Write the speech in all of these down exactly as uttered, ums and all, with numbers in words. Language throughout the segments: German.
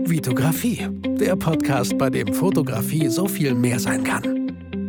Vitografie, der Podcast, bei dem Fotografie so viel mehr sein kann.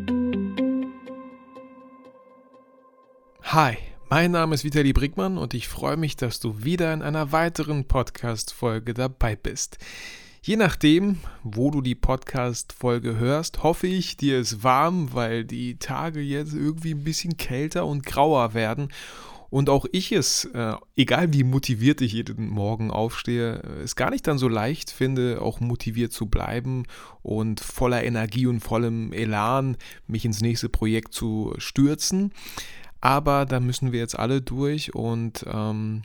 Hi, mein Name ist Vitali Brickmann und ich freue mich, dass du wieder in einer weiteren Podcast-Folge dabei bist. Je nachdem, wo du die Podcast-Folge hörst, hoffe ich, dir ist warm, weil die Tage jetzt irgendwie ein bisschen kälter und grauer werden. Und auch ich es, äh, egal wie motiviert ich jeden Morgen aufstehe, es gar nicht dann so leicht finde, auch motiviert zu bleiben und voller Energie und vollem Elan mich ins nächste Projekt zu stürzen. Aber da müssen wir jetzt alle durch und ähm,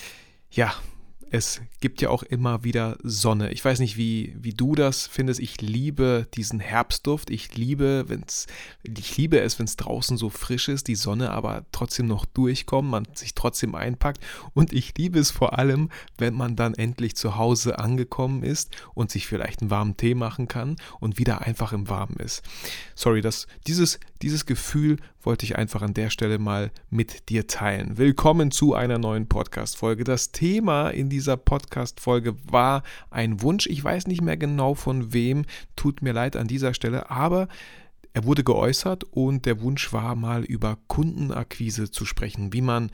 ja, es gibt ja auch immer wieder Sonne. Ich weiß nicht, wie, wie du das findest. Ich liebe diesen Herbstduft. Ich liebe, wenn's, ich liebe es, wenn es draußen so frisch ist, die Sonne aber trotzdem noch durchkommt, man sich trotzdem einpackt. Und ich liebe es vor allem, wenn man dann endlich zu Hause angekommen ist und sich vielleicht einen warmen Tee machen kann und wieder einfach im Warmen ist. Sorry, das, dieses, dieses Gefühl wollte ich einfach an der Stelle mal mit dir teilen. Willkommen zu einer neuen Podcast-Folge. Das Thema in dieser Podcast-Folge war ein Wunsch. Ich weiß nicht mehr genau von wem, tut mir leid an dieser Stelle, aber er wurde geäußert und der Wunsch war mal über Kundenakquise zu sprechen, wie man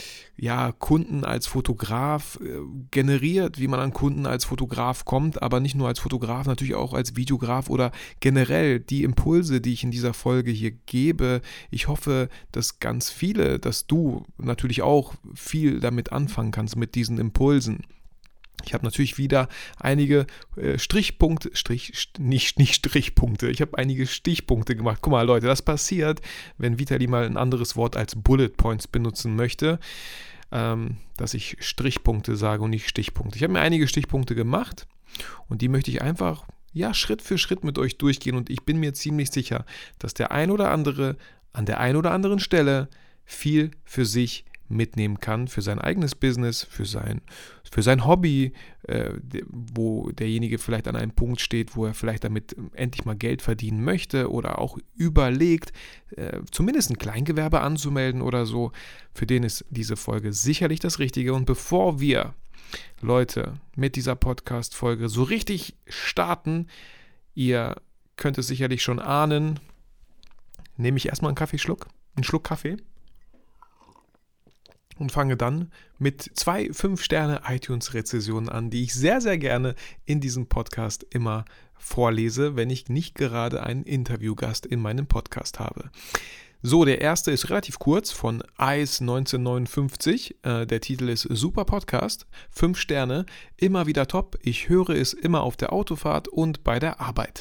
ja, Kunden als Fotograf äh, generiert, wie man an Kunden als Fotograf kommt, aber nicht nur als Fotograf, natürlich auch als Videograf oder generell die Impulse, die ich in dieser Folge hier gebe. Ich hoffe, dass ganz viele, dass du natürlich auch viel damit anfangen kannst, mit diesen Impulsen. Ich habe natürlich wieder einige äh, Strichpunkte, Strich, nicht, nicht Strichpunkte, ich habe einige Stichpunkte gemacht. Guck mal, Leute, das passiert, wenn Vitali mal ein anderes Wort als Bullet Points benutzen möchte, ähm, dass ich Strichpunkte sage und nicht Stichpunkte. Ich habe mir einige Stichpunkte gemacht und die möchte ich einfach, ja, Schritt für Schritt mit euch durchgehen und ich bin mir ziemlich sicher, dass der ein oder andere an der ein oder anderen Stelle viel für sich mitnehmen kann, für sein eigenes Business, für sein, für sein Hobby, äh, wo derjenige vielleicht an einem Punkt steht, wo er vielleicht damit endlich mal Geld verdienen möchte oder auch überlegt, äh, zumindest ein Kleingewerbe anzumelden oder so. Für den ist diese Folge sicherlich das Richtige. Und bevor wir, Leute, mit dieser Podcast-Folge so richtig starten, ihr könnt es sicherlich schon ahnen, nehme ich erstmal einen Kaffeeschluck, einen Schluck Kaffee. Und fange dann mit zwei fünf Sterne iTunes-Rezensionen an, die ich sehr, sehr gerne in diesem Podcast immer vorlese, wenn ich nicht gerade einen Interviewgast in meinem Podcast habe. So, der erste ist relativ kurz, von Ice neunzehnhundertneunundfünfzig. Äh, der Titel ist Super Podcast, fünf Sterne, immer wieder top. Ich höre es immer auf der Autofahrt und bei der Arbeit.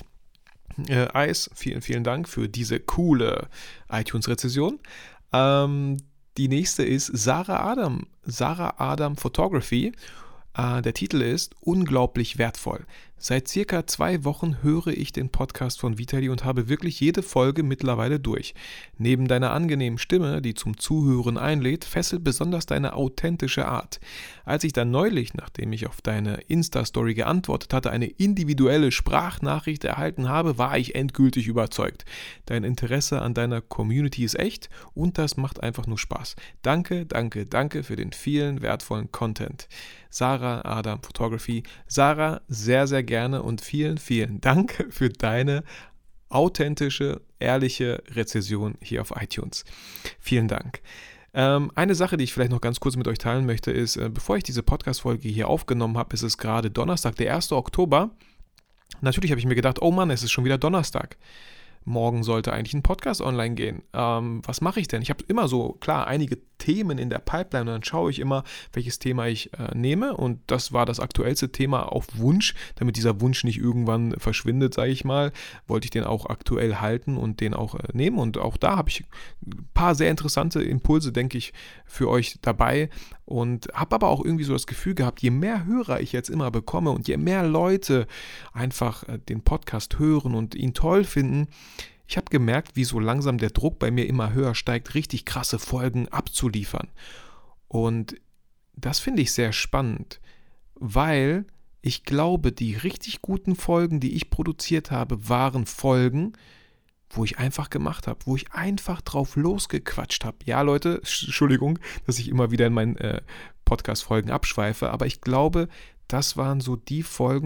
Äh, Ice, vielen, vielen Dank für diese coole iTunes-Rezension. Ähm, Die nächste ist Sarah Adam, Sarah Adam Photography. Äh, der Titel ist Unglaublich wertvoll. Seit circa zwei Wochen höre ich den Podcast von Vitali und habe wirklich jede Folge mittlerweile durch. Neben deiner angenehmen Stimme, die zum Zuhören einlädt, fesselt besonders deine authentische Art. Als ich dann neulich, nachdem ich auf deine Insta-Story geantwortet hatte, eine individuelle Sprachnachricht erhalten habe, war ich endgültig überzeugt. Dein Interesse an deiner Community ist echt und das macht einfach nur Spaß. Danke, danke, danke für den vielen wertvollen Content. Sarah Adam Photography. Sarah, sehr, sehr gerne und vielen, vielen Dank für deine authentische, ehrliche Rezension hier auf iTunes. Vielen Dank. Ähm, eine Sache, die ich vielleicht noch ganz kurz mit euch teilen möchte, ist, äh, bevor ich diese Podcast-Folge hier aufgenommen habe, ist es gerade Donnerstag, der erste Oktober. Natürlich habe ich mir gedacht, oh Mann, es ist schon wieder Donnerstag. Morgen sollte eigentlich ein Podcast online gehen. Ähm, was mache ich denn? Ich habe immer so, klar, einige Themen in der Pipeline und dann schaue ich immer, welches Thema ich äh, nehme und das war das aktuellste Thema auf Wunsch, damit dieser Wunsch nicht irgendwann verschwindet, sage ich mal, wollte ich den auch aktuell halten und den auch äh, nehmen und auch da habe ich ein paar sehr interessante Impulse, denke ich, für euch dabei und habe aber auch irgendwie so das Gefühl gehabt, je mehr Hörer ich jetzt immer bekomme und je mehr Leute einfach äh, den Podcast hören und ihn toll finden, ich habe gemerkt, wie so langsam der Druck bei mir immer höher steigt, richtig krasse Folgen abzuliefern. Und das finde ich sehr spannend, weil ich glaube, die richtig guten Folgen, die ich produziert habe, waren Folgen, wo ich einfach gemacht habe, wo ich einfach drauf losgequatscht habe. Ja, Leute, Entschuldigung, dass ich immer wieder in meinen äh, Podcast-Folgen abschweife, aber ich glaube, das waren so die Folgen,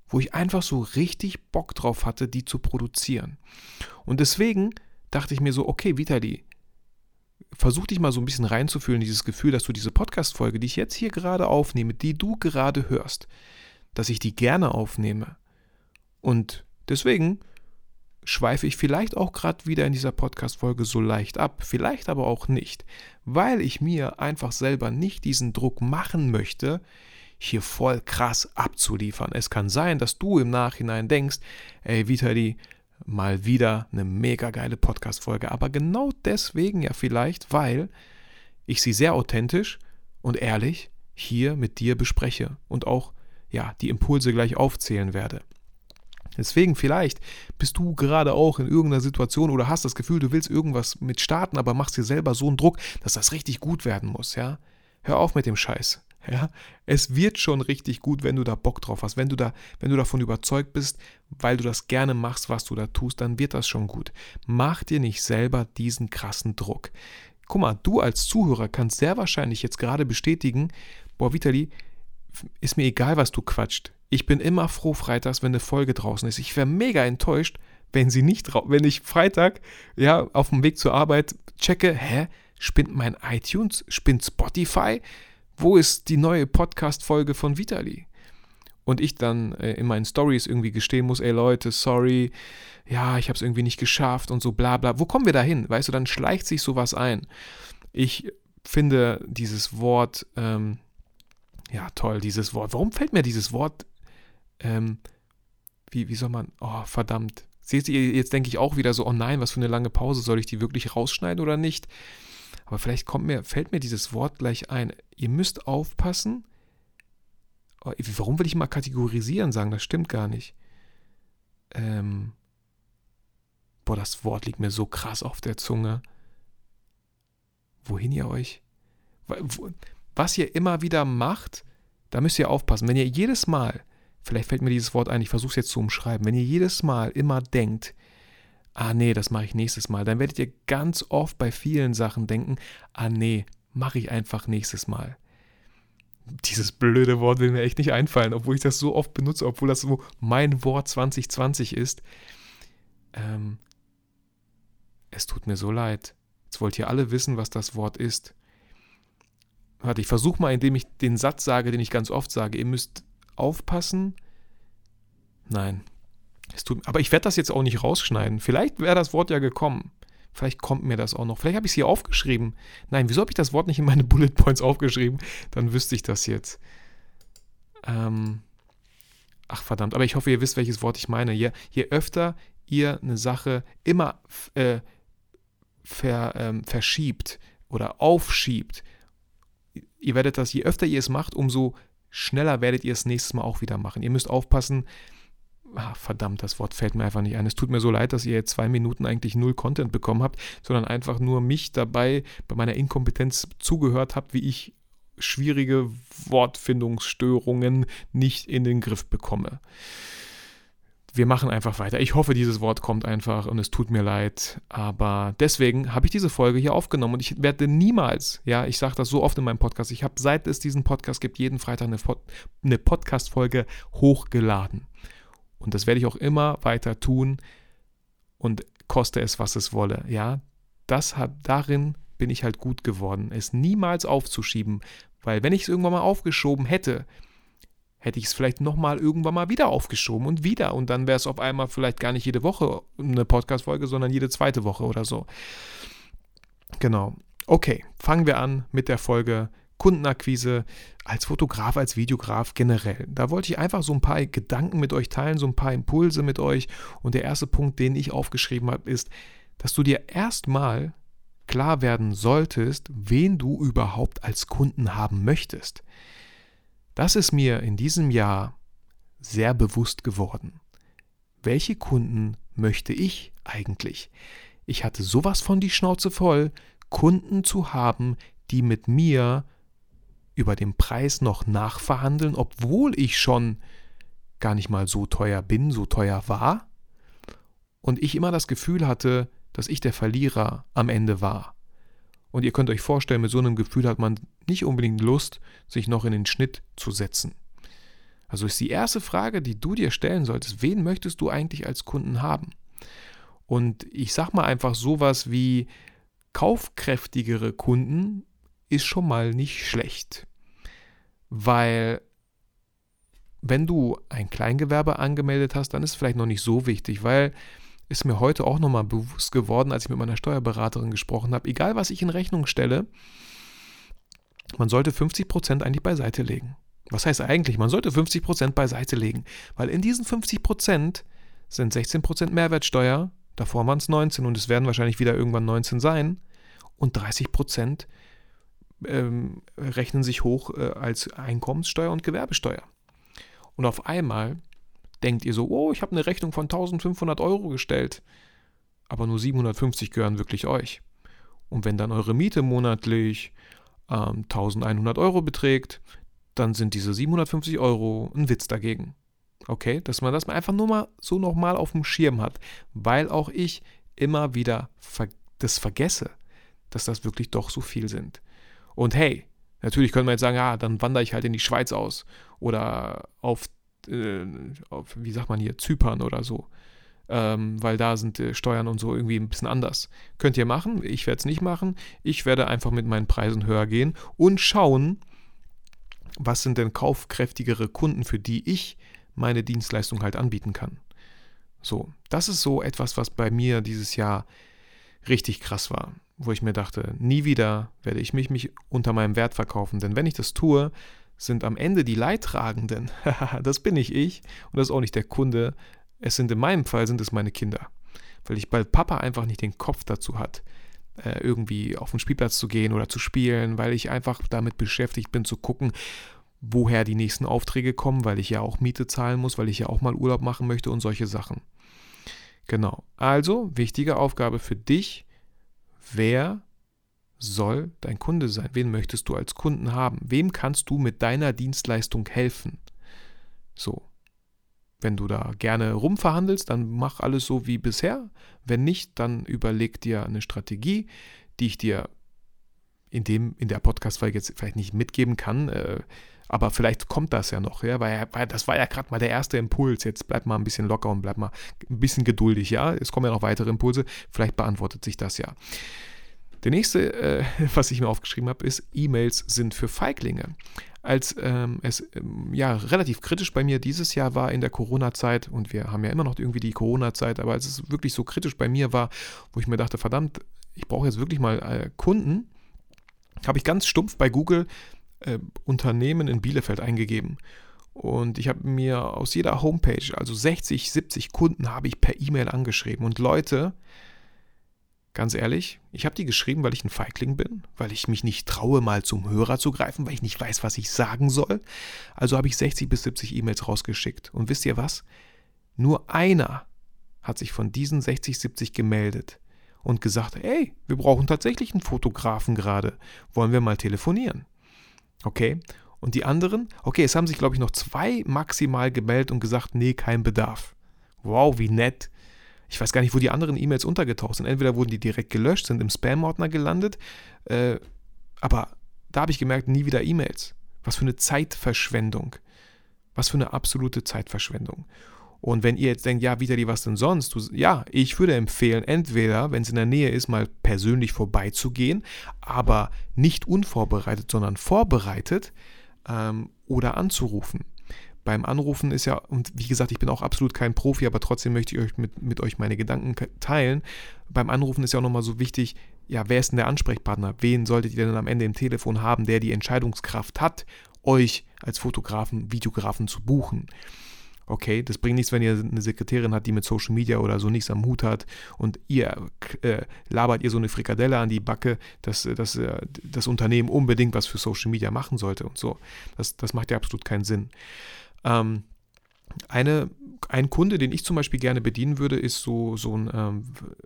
wo ich einfach so richtig Bock drauf hatte, die zu produzieren. Und deswegen dachte ich mir so, okay, Vitali, versuch dich mal so ein bisschen reinzufühlen, dieses Gefühl, dass du diese Podcast-Folge, die ich jetzt hier gerade aufnehme, die du gerade hörst, dass ich die gerne aufnehme. Und deswegen schweife ich vielleicht auch gerade wieder in dieser Podcast-Folge so leicht ab, vielleicht aber auch nicht, weil ich mir einfach selber nicht diesen Druck machen möchte, hier voll krass abzuliefern. Es kann sein, dass du im Nachhinein denkst, ey Vitali, mal wieder eine mega geile Podcast-Folge, aber genau deswegen ja vielleicht, weil ich sie sehr authentisch und ehrlich hier mit dir bespreche und auch ja die Impulse gleich aufzählen werde. Deswegen vielleicht bist du gerade auch in irgendeiner Situation oder hast das Gefühl, du willst irgendwas mit starten, aber machst dir selber so einen Druck, dass das richtig gut werden muss, ja? Hör auf mit dem Scheiß, ja? Es wird schon richtig gut, wenn du da Bock drauf hast, wenn du da, wenn du davon überzeugt bist, weil du das gerne machst, was du da tust, dann wird das schon gut. Mach dir nicht selber diesen krassen Druck. Guck mal, du als Zuhörer kannst sehr wahrscheinlich jetzt gerade bestätigen, boah Vitali, ist mir egal, was du quatscht. Ich bin immer froh freitags, wenn eine Folge draußen ist. Ich wäre mega enttäuscht, wenn sie nicht, wenn ich Freitag, ja, auf dem Weg zur Arbeit checke, hä, spinnt mein iTunes, spinnt Spotify? Wo ist die neue Podcast-Folge von Vitali? Und ich dann äh, in meinen Stories irgendwie gestehen muss, ey Leute, sorry, ja, ich habe es irgendwie nicht geschafft und so bla bla. Wo kommen wir da hin? Weißt du, dann schleicht sich sowas ein. Ich finde dieses Wort, ähm, ja toll, dieses Wort. Warum fällt mir dieses Wort, ähm, wie, wie soll man, oh verdammt. Seht ihr, jetzt denke ich auch wieder so, oh nein, was für eine lange Pause, soll ich die wirklich rausschneiden oder nicht? Aber vielleicht kommt mir, fällt mir dieses Wort gleich ein. Ihr müsst aufpassen. Oh, warum will ich mal kategorisieren sagen? Das stimmt gar nicht. Ähm, boah, das Wort liegt mir so krass auf der Zunge. Wohin ihr euch... Was ihr immer wieder macht, da müsst ihr aufpassen. Wenn ihr jedes Mal, vielleicht fällt mir dieses Wort ein, ich versuche es jetzt zu umschreiben, wenn ihr jedes Mal immer denkt, ah nee, das mache ich nächstes Mal, dann werdet ihr ganz oft bei vielen Sachen denken, ah nee, mache ich einfach nächstes Mal. Dieses blöde Wort will mir echt nicht einfallen, obwohl ich das so oft benutze, obwohl das so mein Wort zwanzig zwanzig ist. Ähm, es tut mir so leid. Jetzt wollt ihr alle wissen, was das Wort ist. Warte, ich versuche mal, indem ich den Satz sage, den ich ganz oft sage, ihr müsst aufpassen. Nein, es tut, aber ich werde das jetzt auch nicht rausschneiden. Vielleicht wäre das Wort ja gekommen. Vielleicht kommt mir das auch noch. Vielleicht habe ich es hier aufgeschrieben. Nein, wieso habe ich das Wort nicht in meine Bullet Points aufgeschrieben? Dann wüsste ich das jetzt. Ähm, ach verdammt, aber ich hoffe, ihr wisst, welches Wort ich meine. Je, je öfter ihr eine Sache immer äh, ver, ähm, verschiebt oder aufschiebt, ihr werdet das, je öfter ihr es macht, umso schneller werdet ihr es nächstes Mal auch wieder machen. Ihr müsst aufpassen, ah, verdammt, das Wort fällt mir einfach nicht ein. Es tut mir so leid, dass ihr jetzt zwei Minuten eigentlich null Content bekommen habt, sondern einfach nur mich dabei bei meiner Inkompetenz zugehört habt, wie ich schwierige Wortfindungsstörungen nicht in den Griff bekomme. Wir machen einfach weiter. Ich hoffe, dieses Wort kommt einfach und es tut mir leid, aber deswegen habe ich diese Folge hier aufgenommen und ich werde niemals, ja, ich sage das so oft in meinem Podcast, ich habe, seit es diesen Podcast gibt, jeden Freitag eine, eine Podcast-Folge hochgeladen. Und das werde ich auch immer weiter tun und koste es, was es wolle, ja. Das hat, darin bin ich halt gut geworden, es niemals aufzuschieben, weil wenn ich es irgendwann mal aufgeschoben hätte, hätte ich es vielleicht nochmal irgendwann mal wieder aufgeschoben und wieder. Und dann wäre es auf einmal vielleicht gar nicht jede Woche eine Podcast-Folge, sondern jede zweite Woche oder so. Genau. Okay, fangen wir an mit der Folge Kundenakquise als Fotograf, als Videograf generell. Da wollte ich einfach so ein paar Gedanken mit euch teilen, so ein paar Impulse mit euch. Und der erste Punkt, den ich aufgeschrieben habe, ist, dass du dir erstmal klar werden solltest, wen du überhaupt als Kunden haben möchtest. Das ist mir in diesem Jahr sehr bewusst geworden. Welche Kunden möchte ich eigentlich? Ich hatte sowas von die Schnauze voll, Kunden zu haben, die mit mir über den Preis noch nachverhandeln, obwohl ich schon gar nicht mal so teuer bin, so teuer war. Und ich immer das Gefühl hatte, dass ich der Verlierer am Ende war. Und ihr könnt euch vorstellen, mit so einem Gefühl hat man nicht unbedingt Lust, sich noch in den Schnitt zu setzen. Also ist die erste Frage, die du dir stellen solltest, wen möchtest du eigentlich als Kunden haben? Und ich sag mal einfach sowas wie kaufkräftigere Kunden ist schon mal nicht schlecht. Weil wenn du ein Kleingewerbe angemeldet hast, dann ist es vielleicht noch nicht so wichtig, weil ist mir heute auch nochmal bewusst geworden, als ich mit meiner Steuerberaterin gesprochen habe, egal was ich in Rechnung stelle, man sollte fünfzig Prozent eigentlich beiseite legen. Was heißt eigentlich? Man sollte fünfzig Prozent beiseite legen, weil in diesen fünfzig Prozent sind sechzehn Prozent Mehrwertsteuer, davor waren es neunzehn und es werden wahrscheinlich wieder irgendwann neunzehn sein und dreißig Prozent ähm, rechnen sich hoch äh, als Einkommenssteuer und Gewerbesteuer. Und auf einmal denkt ihr so, oh, ich habe eine Rechnung von eintausendfünfhundert Euro gestellt, aber nur siebenhundertfünfzig gehören wirklich euch. Und wenn dann eure Miete monatlich ähm, eintausendeinhundert Euro beträgt, dann sind diese siebenhundertfünfzig Euro ein Witz dagegen. Okay, dass man das einfach nur mal so nochmal auf dem Schirm hat, weil auch ich immer wieder ver- das vergesse, dass das wirklich doch so viel sind. Und hey, natürlich könnte man jetzt sagen, ja, dann wandere ich halt in die Schweiz aus oder auf, äh, auf wie sagt man hier, Zypern oder so, ähm, weil da sind äh, Steuern und so irgendwie ein bisschen anders. Könnt ihr machen, ich werde es nicht machen. Ich werde einfach mit meinen Preisen höher gehen und schauen, was sind denn kaufkräftigere Kunden, für die ich meine Dienstleistung halt anbieten kann. So, das ist so etwas, was bei mir dieses Jahr richtig krass war, wo ich mir dachte, nie wieder werde ich mich, mich unter meinem Wert verkaufen, denn wenn ich das tue, sind am Ende die Leidtragenden, das bin nicht ich und das ist auch nicht der Kunde, es sind in meinem Fall sind es meine Kinder, weil ich bei Papa einfach nicht den Kopf dazu hat, irgendwie auf den Spielplatz zu gehen oder zu spielen, weil ich einfach damit beschäftigt bin zu gucken, woher die nächsten Aufträge kommen, weil ich ja auch Miete zahlen muss, weil ich ja auch mal Urlaub machen möchte und solche Sachen. Genau, also wichtige Aufgabe für dich, wer soll dein Kunde sein? Wen möchtest du als Kunden haben? Wem kannst du mit deiner Dienstleistung helfen? So, wenn du da gerne rumverhandelst, dann mach alles so wie bisher. Wenn nicht, dann überleg dir eine Strategie, die ich dir in, dem, in der Podcast-Folge jetzt vielleicht nicht mitgeben kann, äh, aber vielleicht kommt das ja noch, ja, weil, weil das war ja gerade mal der erste Impuls. Jetzt bleib mal ein bisschen locker und bleib mal ein bisschen geduldig, ja. Es kommen ja noch weitere Impulse, vielleicht beantwortet sich das ja. Der nächste, äh, was ich mir aufgeschrieben habe, ist, E-Mails sind für Feiglinge. Als ähm, es ähm, ja relativ kritisch bei mir dieses Jahr war in der Corona-Zeit, und wir haben ja immer noch irgendwie die Corona-Zeit, aber als es wirklich so kritisch bei mir war, wo ich mir dachte, verdammt, ich brauche jetzt wirklich mal äh, Kunden, habe ich ganz stumpf bei Google äh, Unternehmen in Bielefeld eingegeben. Und ich habe mir aus jeder Homepage, also sechzig, siebzig Kunden habe ich per E-Mail angeschrieben. Und Leute, ganz ehrlich, ich habe die geschrieben, weil ich ein Feigling bin, weil ich mich nicht traue, mal zum Hörer zu greifen, weil ich nicht weiß, was ich sagen soll. Also habe ich sechzig bis siebzig E-Mails rausgeschickt. Und wisst ihr was? Nur einer hat sich von diesen sechzig, siebzig gemeldet und gesagt, ey, wir brauchen tatsächlich einen Fotografen gerade. Wollen wir mal telefonieren? Okay, und die anderen, okay, es haben sich, glaube ich, noch zwei maximal gemeldet und gesagt, nee, kein Bedarf. Wow, wie nett. Ich weiß gar nicht, wo die anderen E-Mails untergetaucht sind. Entweder wurden die direkt gelöscht, sind im Spam-Ordner gelandet, äh, aber da habe ich gemerkt, nie wieder E-Mails. Was für eine Zeitverschwendung. Was für eine absolute Zeitverschwendung. Und wenn ihr jetzt denkt, ja, Vitali, was denn sonst? Du, ja, ich würde empfehlen, entweder, wenn es in der Nähe ist, mal persönlich vorbeizugehen, aber nicht unvorbereitet, sondern vorbereitet ähm, oder anzurufen. Beim Anrufen ist ja, und wie gesagt, ich bin auch absolut kein Profi, aber trotzdem möchte ich euch mit, mit euch meine Gedanken teilen. Beim Anrufen ist ja auch nochmal so wichtig, ja, wer ist denn der Ansprechpartner? Wen solltet ihr denn am Ende im Telefon haben, der die Entscheidungskraft hat, euch als Fotografen, Videografen zu buchen? Okay, das bringt nichts, wenn ihr eine Sekretärin habt, die mit Social Media oder so nichts am Hut hat und ihr äh, labert ihr so eine Frikadelle an die Backe, dass, dass äh, das Unternehmen unbedingt was für Social Media machen sollte und so. Das, das macht ja absolut keinen Sinn. Ähm, eine, ein Kunde, den ich zum Beispiel gerne bedienen würde, ist so, so ein ähm,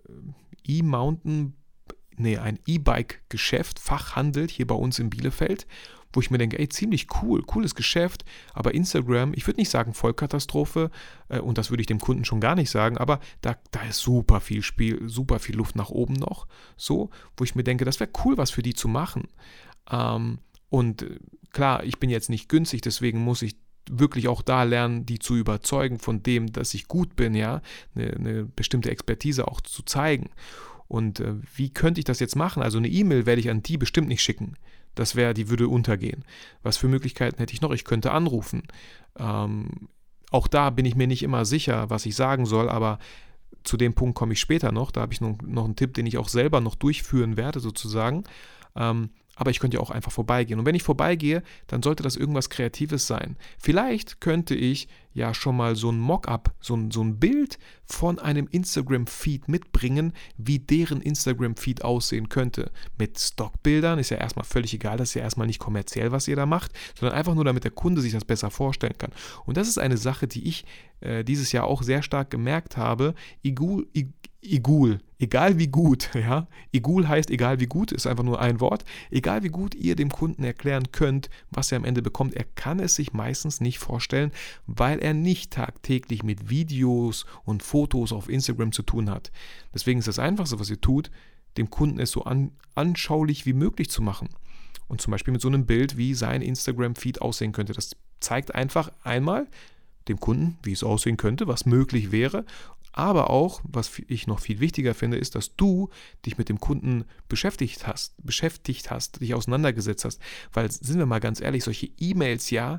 E-Mountain, nee, ein E-Bike-Geschäft, Fachhandel hier bei uns in Bielefeld, wo ich mir denke, ey, ziemlich cool, cooles Geschäft, aber Instagram, ich würde nicht sagen Vollkatastrophe, äh, und das würde ich dem Kunden schon gar nicht sagen, aber da, da ist super viel Spiel, super viel Luft nach oben noch, so, wo ich mir denke, das wäre cool, was für die zu machen. Ähm, und äh, klar, ich bin jetzt nicht günstig, deswegen muss ich wirklich auch da lernen, die zu überzeugen von dem, dass ich gut bin, ja, eine, eine bestimmte Expertise auch zu zeigen. Und äh, wie könnte ich das jetzt machen? Also eine E-Mail werde ich an die bestimmt nicht schicken. Das wäre, die würde untergehen. Was für Möglichkeiten hätte ich noch? Ich könnte anrufen. Ähm, auch da bin ich mir nicht immer sicher, was ich sagen soll, aber zu dem Punkt komme ich später noch. Da habe ich noch, noch einen Tipp, den ich auch selber noch durchführen werde sozusagen. Ähm, aber ich könnte ja auch einfach vorbeigehen. Und wenn ich vorbeigehe, dann sollte das irgendwas Kreatives sein. Vielleicht könnte ich ja schon mal so ein Mock-up, so ein, so ein Bild von einem Instagram-Feed mitbringen, wie deren Instagram-Feed aussehen könnte. Mit Stockbildern ist ja erstmal völlig egal, das ist ja erstmal nicht kommerziell, was ihr da macht, sondern einfach nur, damit der Kunde sich das besser vorstellen kann. Und das ist eine Sache, die ich äh, dieses Jahr auch sehr stark gemerkt habe. Igul, Igul, Igul, egal wie gut, ja, Igul heißt egal wie gut, ist einfach nur ein Wort, egal wie gut ihr dem Kunden erklären könnt, was er am Ende bekommt, er kann es sich meistens nicht vorstellen, weil er nicht tagtäglich mit Videos und Fotos auf Instagram zu tun hat. Deswegen ist das Einfachste, was ihr tut, dem Kunden es so an, anschaulich wie möglich zu machen. Und zum Beispiel mit so einem Bild, wie sein Instagram-Feed aussehen könnte. Das zeigt einfach einmal dem Kunden, wie es aussehen könnte, was möglich wäre. Aber auch, was ich noch viel wichtiger finde, ist, dass du dich mit dem Kunden beschäftigt hast, beschäftigt hast, dich auseinandergesetzt hast. Weil, sind wir mal ganz ehrlich, solche E-Mails, ja,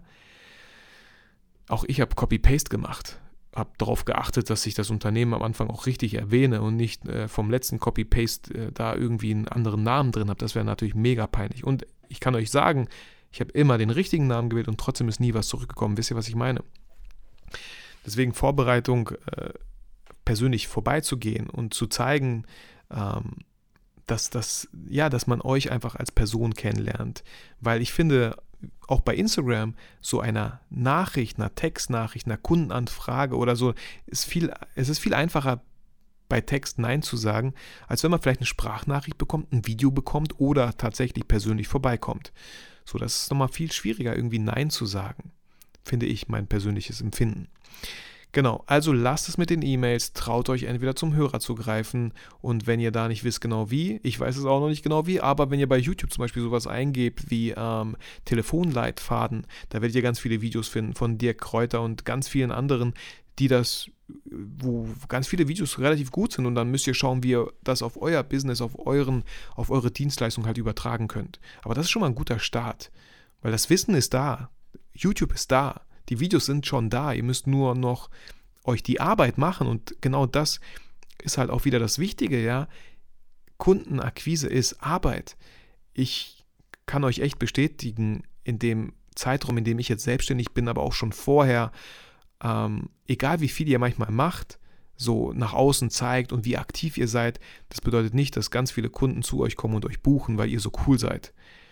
auch ich habe Copy-Paste gemacht, habe darauf geachtet, dass ich das Unternehmen am Anfang auch richtig erwähne und nicht äh, vom letzten Copy-Paste äh, da irgendwie einen anderen Namen drin habe. Das wäre natürlich mega peinlich. Und ich kann euch sagen, ich habe immer den richtigen Namen gewählt und trotzdem ist nie was zurückgekommen. Wisst ihr, was ich meine? Deswegen Vorbereitung, äh, persönlich vorbeizugehen und zu zeigen, ähm, dass, dass, ja, dass man euch einfach als Person kennenlernt. Weil ich finde, auch bei Instagram, so einer Nachricht, einer Textnachricht, einer Kundenanfrage oder so, ist viel, es ist viel einfacher, bei Text Nein zu sagen, als wenn man vielleicht eine Sprachnachricht bekommt, ein Video bekommt oder tatsächlich persönlich vorbeikommt. So, das ist nochmal viel schwieriger, irgendwie Nein zu sagen, finde ich, mein persönliches Empfinden. Genau, also lasst es mit den E-Mails, traut euch entweder zum Hörer zu greifen und wenn ihr da nicht wisst genau wie, ich weiß es auch noch nicht genau wie, aber wenn ihr bei YouTube zum Beispiel sowas eingebt wie ähm, Telefonleitfaden, da werdet ihr ganz viele Videos finden von Dirk Kräuter und ganz vielen anderen, die das, wo ganz viele Videos relativ gut sind und dann müsst ihr schauen, wie ihr das auf euer Business, auf euren, auf eure Dienstleistung halt übertragen könnt. Aber das ist schon mal ein guter Start, weil das Wissen ist da, YouTube ist da. Die Videos sind schon da, ihr müsst nur noch euch die Arbeit machen und genau das ist halt auch wieder das Wichtige, ja. Kundenakquise ist Arbeit. Ich kann euch echt bestätigen, in dem Zeitraum, in dem ich jetzt selbstständig bin, aber auch schon vorher, ähm, egal wie viel ihr manchmal macht, so nach außen zeigt und wie aktiv ihr seid, das bedeutet nicht, dass ganz viele Kunden zu euch kommen und euch buchen, weil ihr so cool seid.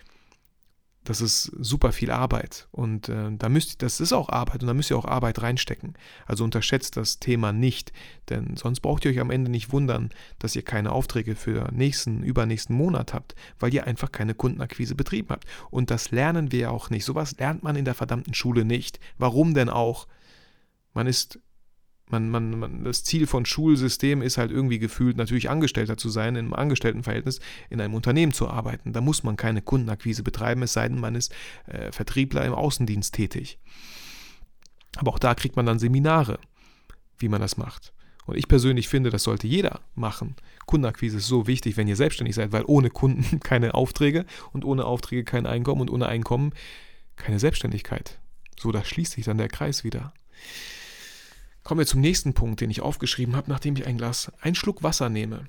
Das ist super viel Arbeit und äh, da müsst, das ist auch Arbeit und da müsst ihr auch Arbeit reinstecken. Also unterschätzt das Thema nicht, denn sonst braucht ihr euch am Ende nicht wundern, dass ihr keine Aufträge für nächsten, übernächsten Monat habt, weil ihr einfach keine Kundenakquise betrieben habt. Und das lernen wir ja auch nicht. Sowas lernt man in der verdammten Schule nicht. Warum denn auch? Man ist Man, man, man, das Ziel von Schulsystem ist halt irgendwie gefühlt, natürlich Angestellter zu sein, in einem Angestelltenverhältnis in einem Unternehmen zu arbeiten. Da muss man keine Kundenakquise betreiben, es sei denn, man ist äh, Vertriebler im Außendienst tätig. Aber auch da kriegt man dann Seminare, wie man das macht. Und ich persönlich finde, das sollte jeder machen. Kundenakquise ist so wichtig, wenn ihr selbstständig seid, weil ohne Kunden keine Aufträge und ohne Aufträge kein Einkommen und ohne Einkommen keine Selbstständigkeit. So, da schließt sich dann der Kreis wieder. Kommen wir zum nächsten Punkt, den ich aufgeschrieben habe, nachdem ich ein Glas, einen Schluck Wasser nehme.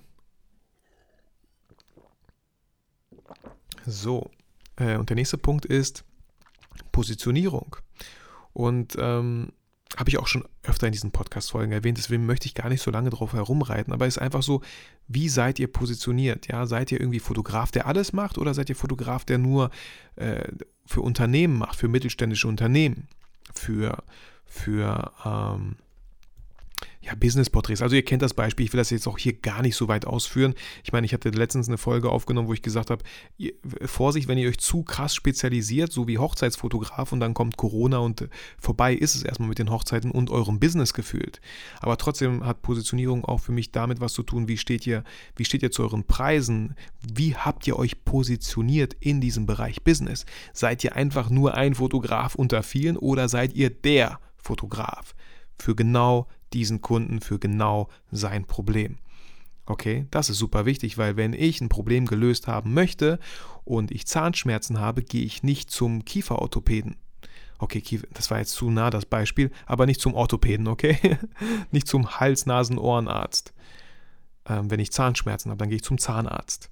So, äh, und der nächste Punkt ist Positionierung. Und ähm, habe ich auch schon öfter in diesen Podcast-Folgen erwähnt, deswegen möchte ich gar nicht so lange drauf herumreiten, aber es ist einfach so, wie seid ihr positioniert? Ja, seid ihr irgendwie Fotograf, der alles macht, oder seid ihr Fotograf, der nur äh, für Unternehmen macht, für mittelständische Unternehmen, für, für ähm, ja, ja, Business-Porträts. Also ihr kennt das Beispiel, ich will das jetzt auch hier gar nicht so weit ausführen. Ich meine, ich hatte letztens eine Folge aufgenommen, wo ich gesagt habe, ihr, Vorsicht, wenn ihr euch zu krass spezialisiert, so wie Hochzeitsfotograf und dann kommt Corona und vorbei ist es erstmal mit den Hochzeiten und eurem Business gefühlt. Aber trotzdem hat Positionierung auch für mich damit was zu tun, wie steht ihr, wie steht ihr zu euren Preisen, wie habt ihr euch positioniert in diesem Bereich Business? Seid ihr einfach nur ein Fotograf unter vielen oder seid ihr der Fotograf für genau diesen Kunden, für genau sein Problem? Okay, das ist super wichtig, weil wenn ich ein Problem gelöst haben möchte und ich Zahnschmerzen habe, gehe ich nicht zum Kieferorthopäden. Okay, das war jetzt zu nah das Beispiel, aber nicht zum Orthopäden, okay? Nicht zum Hals-Nasen-Ohrenarzt. Ähm, wenn ich Zahnschmerzen habe, dann gehe ich zum Zahnarzt.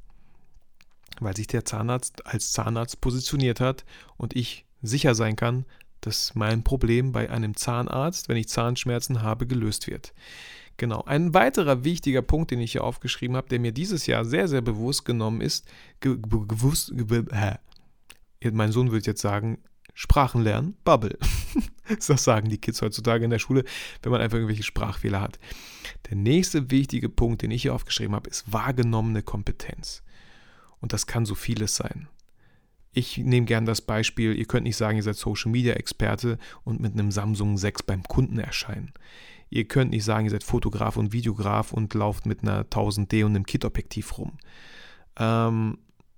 Weil sich der Zahnarzt als Zahnarzt positioniert hat und ich sicher sein kann, dass mein Problem bei einem Zahnarzt, wenn ich Zahnschmerzen habe, gelöst wird. Genau. Ein weiterer wichtiger Punkt, den ich hier aufgeschrieben habe, der mir dieses Jahr sehr, sehr bewusst genommen ist, ge- ge- gewusst, ge- äh, mein Sohn würde jetzt sagen, Sprachen lernen, Bubble. Das sagen die Kids heutzutage in der Schule, wenn man einfach irgendwelche Sprachfehler hat. Der nächste wichtige Punkt, den ich hier aufgeschrieben habe, ist wahrgenommene Kompetenz. Und das kann so vieles sein. Ich nehme gerne das Beispiel, ihr könnt nicht sagen, ihr seid Social-Media-Experte und mit einem Samsung sechs beim Kunden erscheinen. Ihr könnt nicht sagen, ihr seid Fotograf und Videograf und lauft mit einer tausend D und einem Kit-Objektiv rum. Ähm,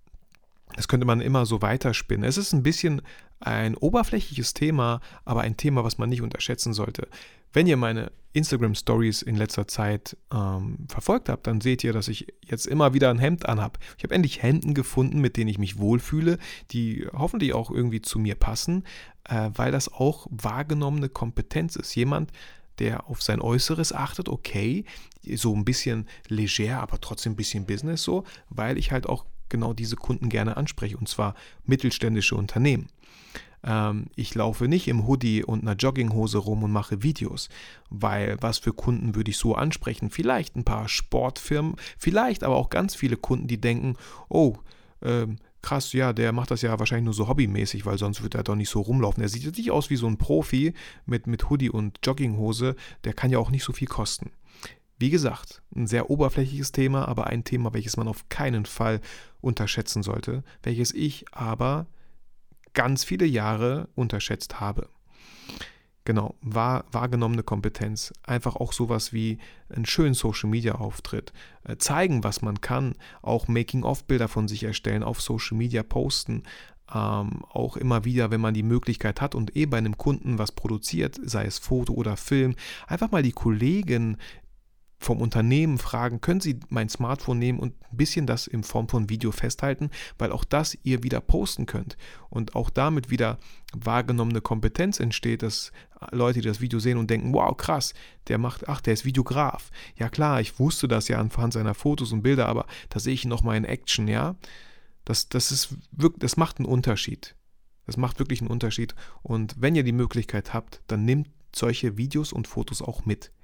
das könnte man immer so weiterspinnen. Es ist ein bisschen ein oberflächliches Thema, aber ein Thema, was man nicht unterschätzen sollte. Wenn ihr meine Instagram-Stories in letzter Zeit ähm, verfolgt habt, dann seht ihr, dass ich jetzt immer wieder ein Hemd anhabe. Ich habe endlich Hemden gefunden, mit denen ich mich wohlfühle, die hoffentlich auch irgendwie zu mir passen, äh, weil das auch wahrgenommene Kompetenz ist. Jemand, der auf sein Äußeres achtet, okay, so ein bisschen leger, aber trotzdem ein bisschen Business so, weil ich halt auch genau diese Kunden gerne anspreche, und zwar mittelständische Unternehmen. Ähm, ich laufe nicht im Hoodie und einer Jogginghose rum und mache Videos, weil was für Kunden würde ich so ansprechen? Vielleicht ein paar Sportfirmen, vielleicht aber auch ganz viele Kunden, die denken, oh, ähm, krass, ja, der macht das ja wahrscheinlich nur so hobbymäßig, weil sonst wird er doch nicht so rumlaufen. Er sieht jetzt nicht aus wie so ein Profi mit, mit Hoodie und Jogginghose, der kann ja auch nicht so viel kosten. Wie gesagt, ein sehr oberflächliches Thema, aber ein Thema, welches man auf keinen Fall unterschätzen sollte, welches ich aber ganz viele Jahre unterschätzt habe. Genau, wahr, wahrgenommene Kompetenz, einfach auch sowas wie einen schönen Social-Media-Auftritt, äh, zeigen, was man kann, auch Making-of-Bilder von sich erstellen, auf Social-Media posten, ähm, auch immer wieder, wenn man die Möglichkeit hat und eh bei einem Kunden was produziert, sei es Foto oder Film, einfach mal die Kollegen vom Unternehmen fragen, können Sie mein Smartphone nehmen und ein bisschen das in Form von Video festhalten, weil auch das ihr wieder posten könnt und auch damit wieder wahrgenommene Kompetenz entsteht, dass Leute, die das Video sehen und denken, wow, krass, der macht, ach, der ist Videograf. Ja klar, ich wusste das ja anhand seiner Fotos und Bilder, aber da sehe ich ihn nochmal in Action, ja. Das, das ist wirklich, das macht einen Unterschied. Das macht wirklich einen Unterschied. Und wenn ihr die Möglichkeit habt, dann nehmt solche Videos und Fotos auch mit.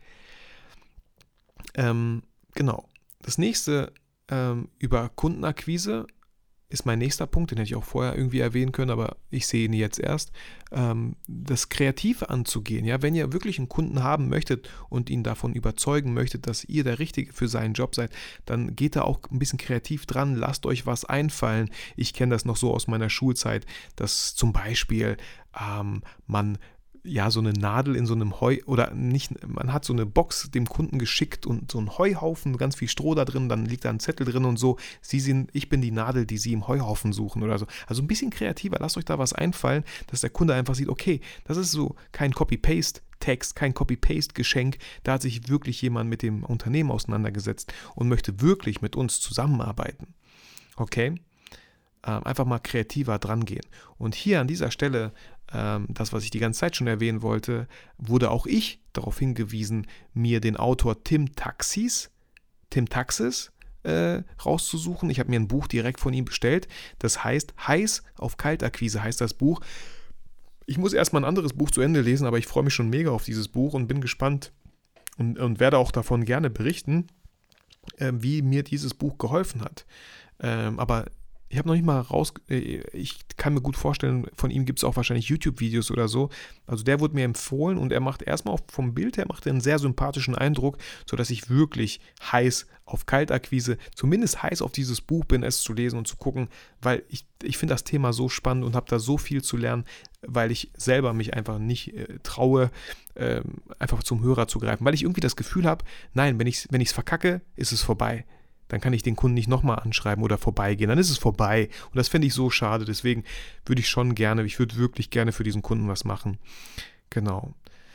Ähm, genau. Das nächste ähm, über Kundenakquise ist mein nächster Punkt, den hätte ich auch vorher irgendwie erwähnen können, aber ich sehe ihn jetzt erst, ähm, das Kreative anzugehen. Ja, wenn ihr wirklich einen Kunden haben möchtet und ihn davon überzeugen möchtet, dass ihr der Richtige für seinen Job seid, dann geht da auch ein bisschen kreativ dran, lasst euch was einfallen. Ich kenne das noch so aus meiner Schulzeit, dass zum Beispiel ähm, man ja, so eine Nadel in so einem Heu, oder nicht, man hat so eine Box dem Kunden geschickt und so einen Heuhaufen, ganz viel Stroh da drin, dann liegt da ein Zettel drin und so, Sie sind, ich bin die Nadel, die Sie im Heuhaufen suchen oder so. Also ein bisschen kreativer, lasst euch da was einfallen, dass der Kunde einfach sieht, okay, das ist so kein Copy-Paste-Text, kein Copy-Paste-Geschenk, da hat sich wirklich jemand mit dem Unternehmen auseinandergesetzt und möchte wirklich mit uns zusammenarbeiten. Okay? Ähm, einfach mal kreativer dran gehen. Und hier an dieser Stelle, ähm, das, was ich die ganze Zeit schon erwähnen wollte, wurde auch ich darauf hingewiesen, mir den Autor Tim Taxis, Tim Taxis äh, rauszusuchen. Ich habe mir ein Buch direkt von ihm bestellt. Das heißt Heiß auf Kaltakquise heißt das Buch. Ich muss erstmal ein anderes Buch zu Ende lesen, aber ich freue mich schon mega auf dieses Buch und bin gespannt und, und werde auch davon gerne berichten, äh, wie mir dieses Buch geholfen hat. Ähm, aber ich habe noch nicht mal raus, ich kann mir gut vorstellen, von ihm gibt es auch wahrscheinlich YouTube-Videos oder so. Also der wurde mir empfohlen und er macht erstmal auch vom Bild her macht er einen sehr sympathischen Eindruck, sodass ich wirklich heiß auf Kaltakquise, zumindest heiß auf dieses Buch bin, es zu lesen und zu gucken, weil ich, ich finde das Thema so spannend und habe da so viel zu lernen, weil ich selber mich einfach nicht äh, traue, äh, einfach zum Hörer zu greifen, weil ich irgendwie das Gefühl habe, nein, wenn ich es wenn ich es verkacke, ist es vorbei. Dann kann ich den Kunden nicht nochmal anschreiben oder vorbeigehen. Dann ist es vorbei. Und das fände ich so schade. Deswegen würde ich schon gerne, ich würde wirklich gerne für diesen Kunden was machen. Genau.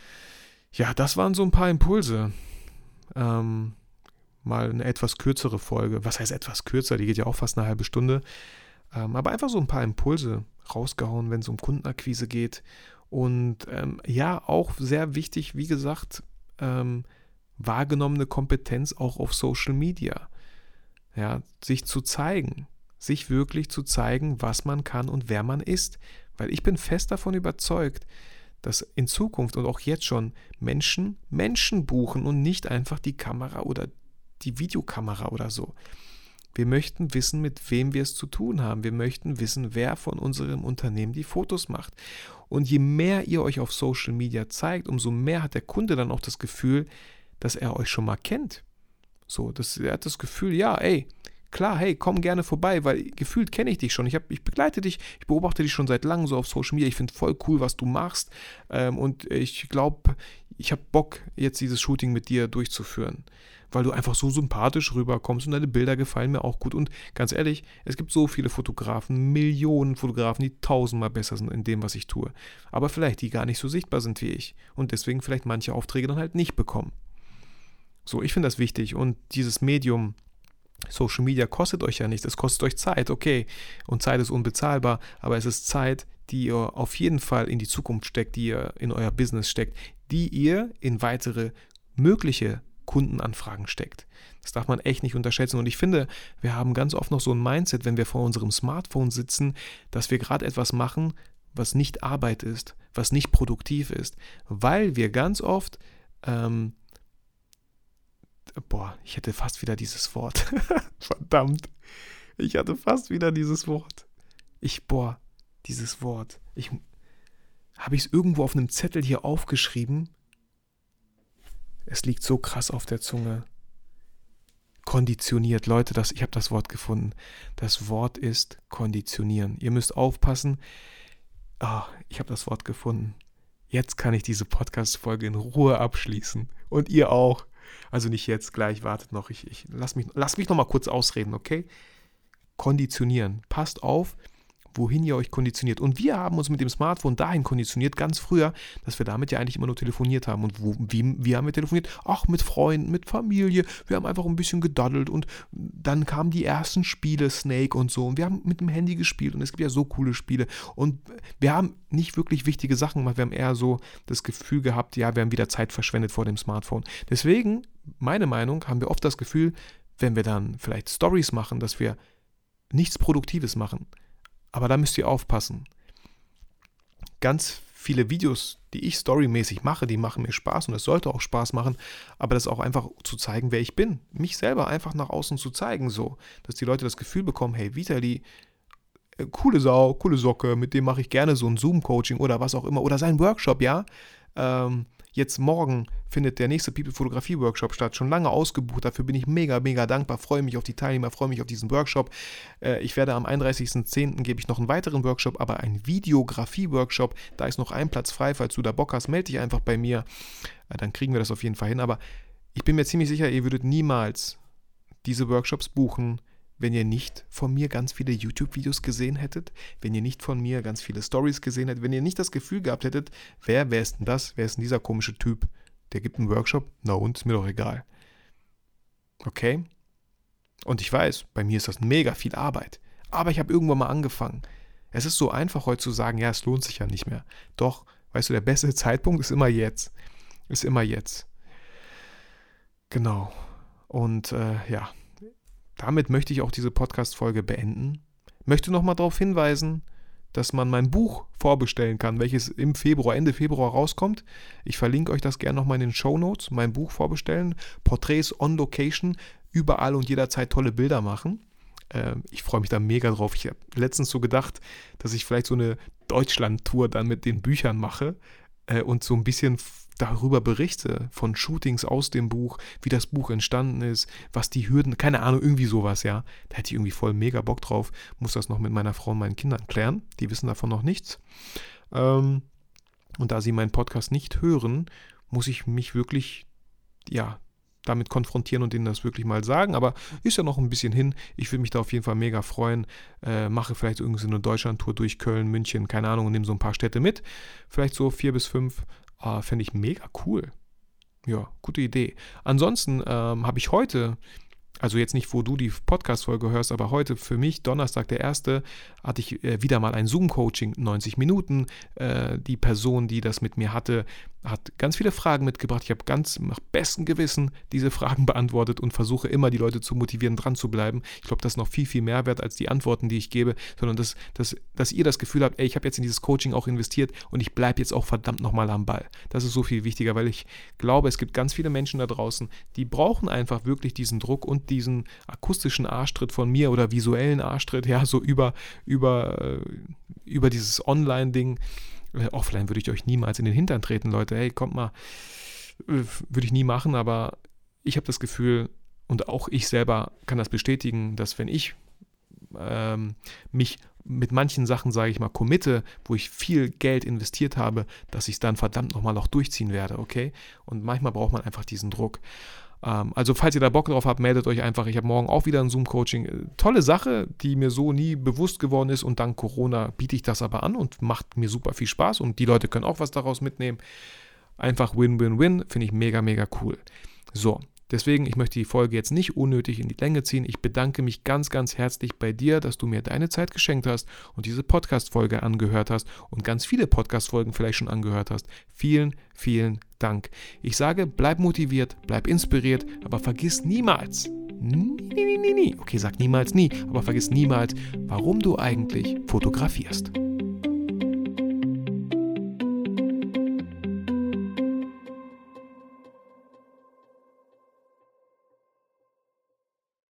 Ja, das waren so ein paar Impulse. Ähm, mal eine etwas kürzere Folge. Was heißt etwas kürzer? Die geht ja auch fast eine halbe Stunde. Ähm, aber einfach so ein paar Impulse rausgehauen, wenn es um Kundenakquise geht. Und ähm, ja, auch sehr wichtig, wie gesagt, ähm, wahrgenommene Kompetenz auch auf Social Media. Ja, sich zu zeigen, sich wirklich zu zeigen, was man kann und wer man ist. Weil ich bin fest davon überzeugt, dass in Zukunft und auch jetzt schon Menschen Menschen buchen und nicht einfach die Kamera oder die Videokamera oder so. Wir möchten wissen, mit wem wir es zu tun haben. Wir möchten wissen, wer von unserem Unternehmen die Fotos macht. Und je mehr ihr euch auf Social Media zeigt, umso mehr hat der Kunde dann auch das Gefühl, dass er euch schon mal kennt. So, das, er hat das Gefühl, ja, ey, klar, hey, komm gerne vorbei, weil gefühlt kenne ich dich schon. Ich, hab, ich begleite dich, ich beobachte dich schon seit langem so auf Social Media. Ich finde voll cool, was du machst. Ähm, und ich glaube, ich habe Bock, jetzt dieses Shooting mit dir durchzuführen, weil du einfach so sympathisch rüberkommst und deine Bilder gefallen mir auch gut. Und ganz ehrlich, es gibt so viele Fotografen, Millionen Fotografen, die tausendmal besser sind in dem, was ich tue. Aber vielleicht die gar nicht so sichtbar sind wie ich und deswegen vielleicht manche Aufträge dann halt nicht bekommen. So, ich finde das wichtig und dieses Medium Social Media kostet euch ja nichts, es kostet euch Zeit, okay, und Zeit ist unbezahlbar, aber es ist Zeit, die ihr auf jeden Fall in die Zukunft steckt, die ihr in euer Business steckt, die ihr in weitere mögliche Kundenanfragen steckt. Das darf man echt nicht unterschätzen und ich finde, wir haben ganz oft noch so ein Mindset, wenn wir vor unserem Smartphone sitzen, dass wir gerade etwas machen, was nicht Arbeit ist, was nicht produktiv ist, weil wir ganz oft ähm, Boah, ich hätte fast wieder dieses Wort. Verdammt. Ich hatte fast wieder dieses Wort. Ich, boah, dieses Wort. Ich, habe ich es irgendwo auf einem Zettel hier aufgeschrieben? Es liegt so krass auf der Zunge. Konditioniert. Leute, das, ich habe das Wort gefunden. Das Wort ist konditionieren. Ihr müsst aufpassen. Oh, ich habe das Wort gefunden. Jetzt kann ich diese Podcast-Folge in Ruhe abschließen. Und ihr auch. Also nicht jetzt, gleich, wartet noch. Ich, ich lass mich, lass mich noch mal kurz ausreden, okay? Konditionieren. Passt auf, wohin ihr euch konditioniert. Und wir haben uns mit dem Smartphone dahin konditioniert, ganz früher, dass wir damit ja eigentlich immer nur telefoniert haben. Und wo, wie, wie haben wir telefoniert? Ach, mit Freunden, mit Familie. Wir haben einfach ein bisschen gedaddelt und dann kamen die ersten Spiele, Snake und so. Und wir haben mit dem Handy gespielt und es gibt ja so coole Spiele. Und wir haben nicht wirklich wichtige Sachen gemacht. Wir haben eher so das Gefühl gehabt, ja, wir haben wieder Zeit verschwendet vor dem Smartphone. Deswegen, meine Meinung, haben wir oft das Gefühl, wenn wir dann vielleicht Stories machen, dass wir nichts Produktives machen. Aber da müsst ihr aufpassen. Ganz viele Videos, die ich storymäßig mache, die machen mir Spaß und es sollte auch Spaß machen, aber das auch einfach zu zeigen, wer ich bin. Mich selber einfach nach außen zu zeigen, so, dass die Leute das Gefühl bekommen, hey, Vitali, äh, coole Sau, coole Socke, mit dem mache ich gerne so ein Zoom-Coaching oder was auch immer, oder sein Workshop, ja. Ähm, Jetzt morgen findet der nächste People-Fotografie-Workshop statt, schon lange ausgebucht, dafür bin ich mega, mega dankbar, freue mich auf die Teilnehmer, freue mich auf diesen Workshop. Äh, ich werde am einunddreißigsten zehnten gebe ich noch einen weiteren Workshop, aber einen Videografie-Workshop, da ist noch ein Platz frei, falls du da Bock hast, melde dich einfach bei mir, äh, dann kriegen wir das auf jeden Fall hin, aber ich bin mir ziemlich sicher, ihr würdet niemals diese Workshops buchen, wenn ihr nicht von mir ganz viele YouTube-Videos gesehen hättet, wenn ihr nicht von mir ganz viele Stories gesehen hättet, wenn ihr nicht das Gefühl gehabt hättet, wer, wer ist denn das, wer ist denn dieser komische Typ, der gibt einen Workshop, na und, ist mir doch egal. Okay? Und ich weiß, bei mir ist das mega viel Arbeit, aber ich habe irgendwann mal angefangen. Es ist so einfach heute zu sagen, ja, es lohnt sich ja nicht mehr. Doch, weißt du, der beste Zeitpunkt ist immer jetzt. Ist immer jetzt. Genau. Und äh, ja, damit möchte ich auch diese Podcast-Folge beenden. Möchte nochmal darauf hinweisen, dass man mein Buch vorbestellen kann, welches im Februar, Ende Februar rauskommt. Ich verlinke euch das gerne nochmal in den Shownotes. Mein Buch vorbestellen, Porträts on Location, überall und jederzeit tolle Bilder machen. Äh, ich freue mich da mega drauf. Ich habe letztens so gedacht, dass ich vielleicht so eine Deutschland-Tour dann mit den Büchern mache äh, und so ein bisschen darüber berichte, von Shootings aus dem Buch, wie das Buch entstanden ist, was die Hürden, keine Ahnung, irgendwie sowas, ja. Da hätte ich irgendwie voll mega Bock drauf. Muss das noch mit meiner Frau und meinen Kindern klären. Die wissen davon noch nichts. Ähm, und da sie meinen Podcast nicht hören, muss ich mich wirklich, ja, damit konfrontieren und denen das wirklich mal sagen, aber ist ja noch ein bisschen hin. Ich würde mich da auf jeden Fall mega freuen. Äh, mache vielleicht irgendwie so eine Deutschland-Tour durch Köln, München, keine Ahnung, und nehme so ein paar Städte mit. Vielleicht so vier bis fünf. Äh, Fände ich mega cool. Ja, gute Idee. Ansonsten ähm, habe ich heute, also jetzt nicht, wo du die Podcast-Folge hörst, aber heute für mich, Donnerstag der erste, hatte ich äh, wieder mal ein Zoom-Coaching, neunzig Minuten. Äh, die Person, die das mit mir hatte, hat ganz viele Fragen mitgebracht. Ich habe ganz nach bestem Gewissen diese Fragen beantwortet und versuche immer, die Leute zu motivieren, dran zu bleiben. Ich glaube, das ist noch viel, viel mehr wert als die Antworten, die ich gebe, sondern dass, dass, dass ihr das Gefühl habt, ey, ich habe jetzt in dieses Coaching auch investiert und ich bleibe jetzt auch verdammt nochmal am Ball. Das ist so viel wichtiger, weil ich glaube, es gibt ganz viele Menschen da draußen, die brauchen einfach wirklich diesen Druck und diesen akustischen Arschtritt von mir oder visuellen Arschtritt, ja, so über, über, über dieses Online-Ding. Offline würde ich euch niemals in den Hintern treten, Leute. Hey, kommt mal. Würde ich nie machen, aber ich habe das Gefühl, und auch ich selber kann das bestätigen, dass wenn ich ähm, mich mit manchen Sachen, sage ich mal, committe, wo ich viel Geld investiert habe, dass ich es dann verdammt nochmal auch durchziehen werde, okay? Und manchmal braucht man einfach diesen Druck. Also falls ihr da Bock drauf habt, meldet euch einfach. Ich habe morgen auch wieder ein Zoom-Coaching. Tolle Sache, die mir so nie bewusst geworden ist und dank Corona biete ich das aber an und macht mir super viel Spaß und die Leute können auch was daraus mitnehmen. Einfach Win-Win-Win, finde ich mega, mega cool. So, deswegen, ich möchte die Folge jetzt nicht unnötig in die Länge ziehen. Ich bedanke mich ganz, ganz herzlich bei dir, dass du mir deine Zeit geschenkt hast und diese Podcast-Folge angehört hast und ganz viele Podcast-Folgen vielleicht schon angehört hast. Vielen, vielen Dank. Ich sage, bleib motiviert, bleib inspiriert, aber vergiss niemals, nie, nie, nie, nie, okay, sag niemals nie, aber vergiss niemals, warum du eigentlich fotografierst.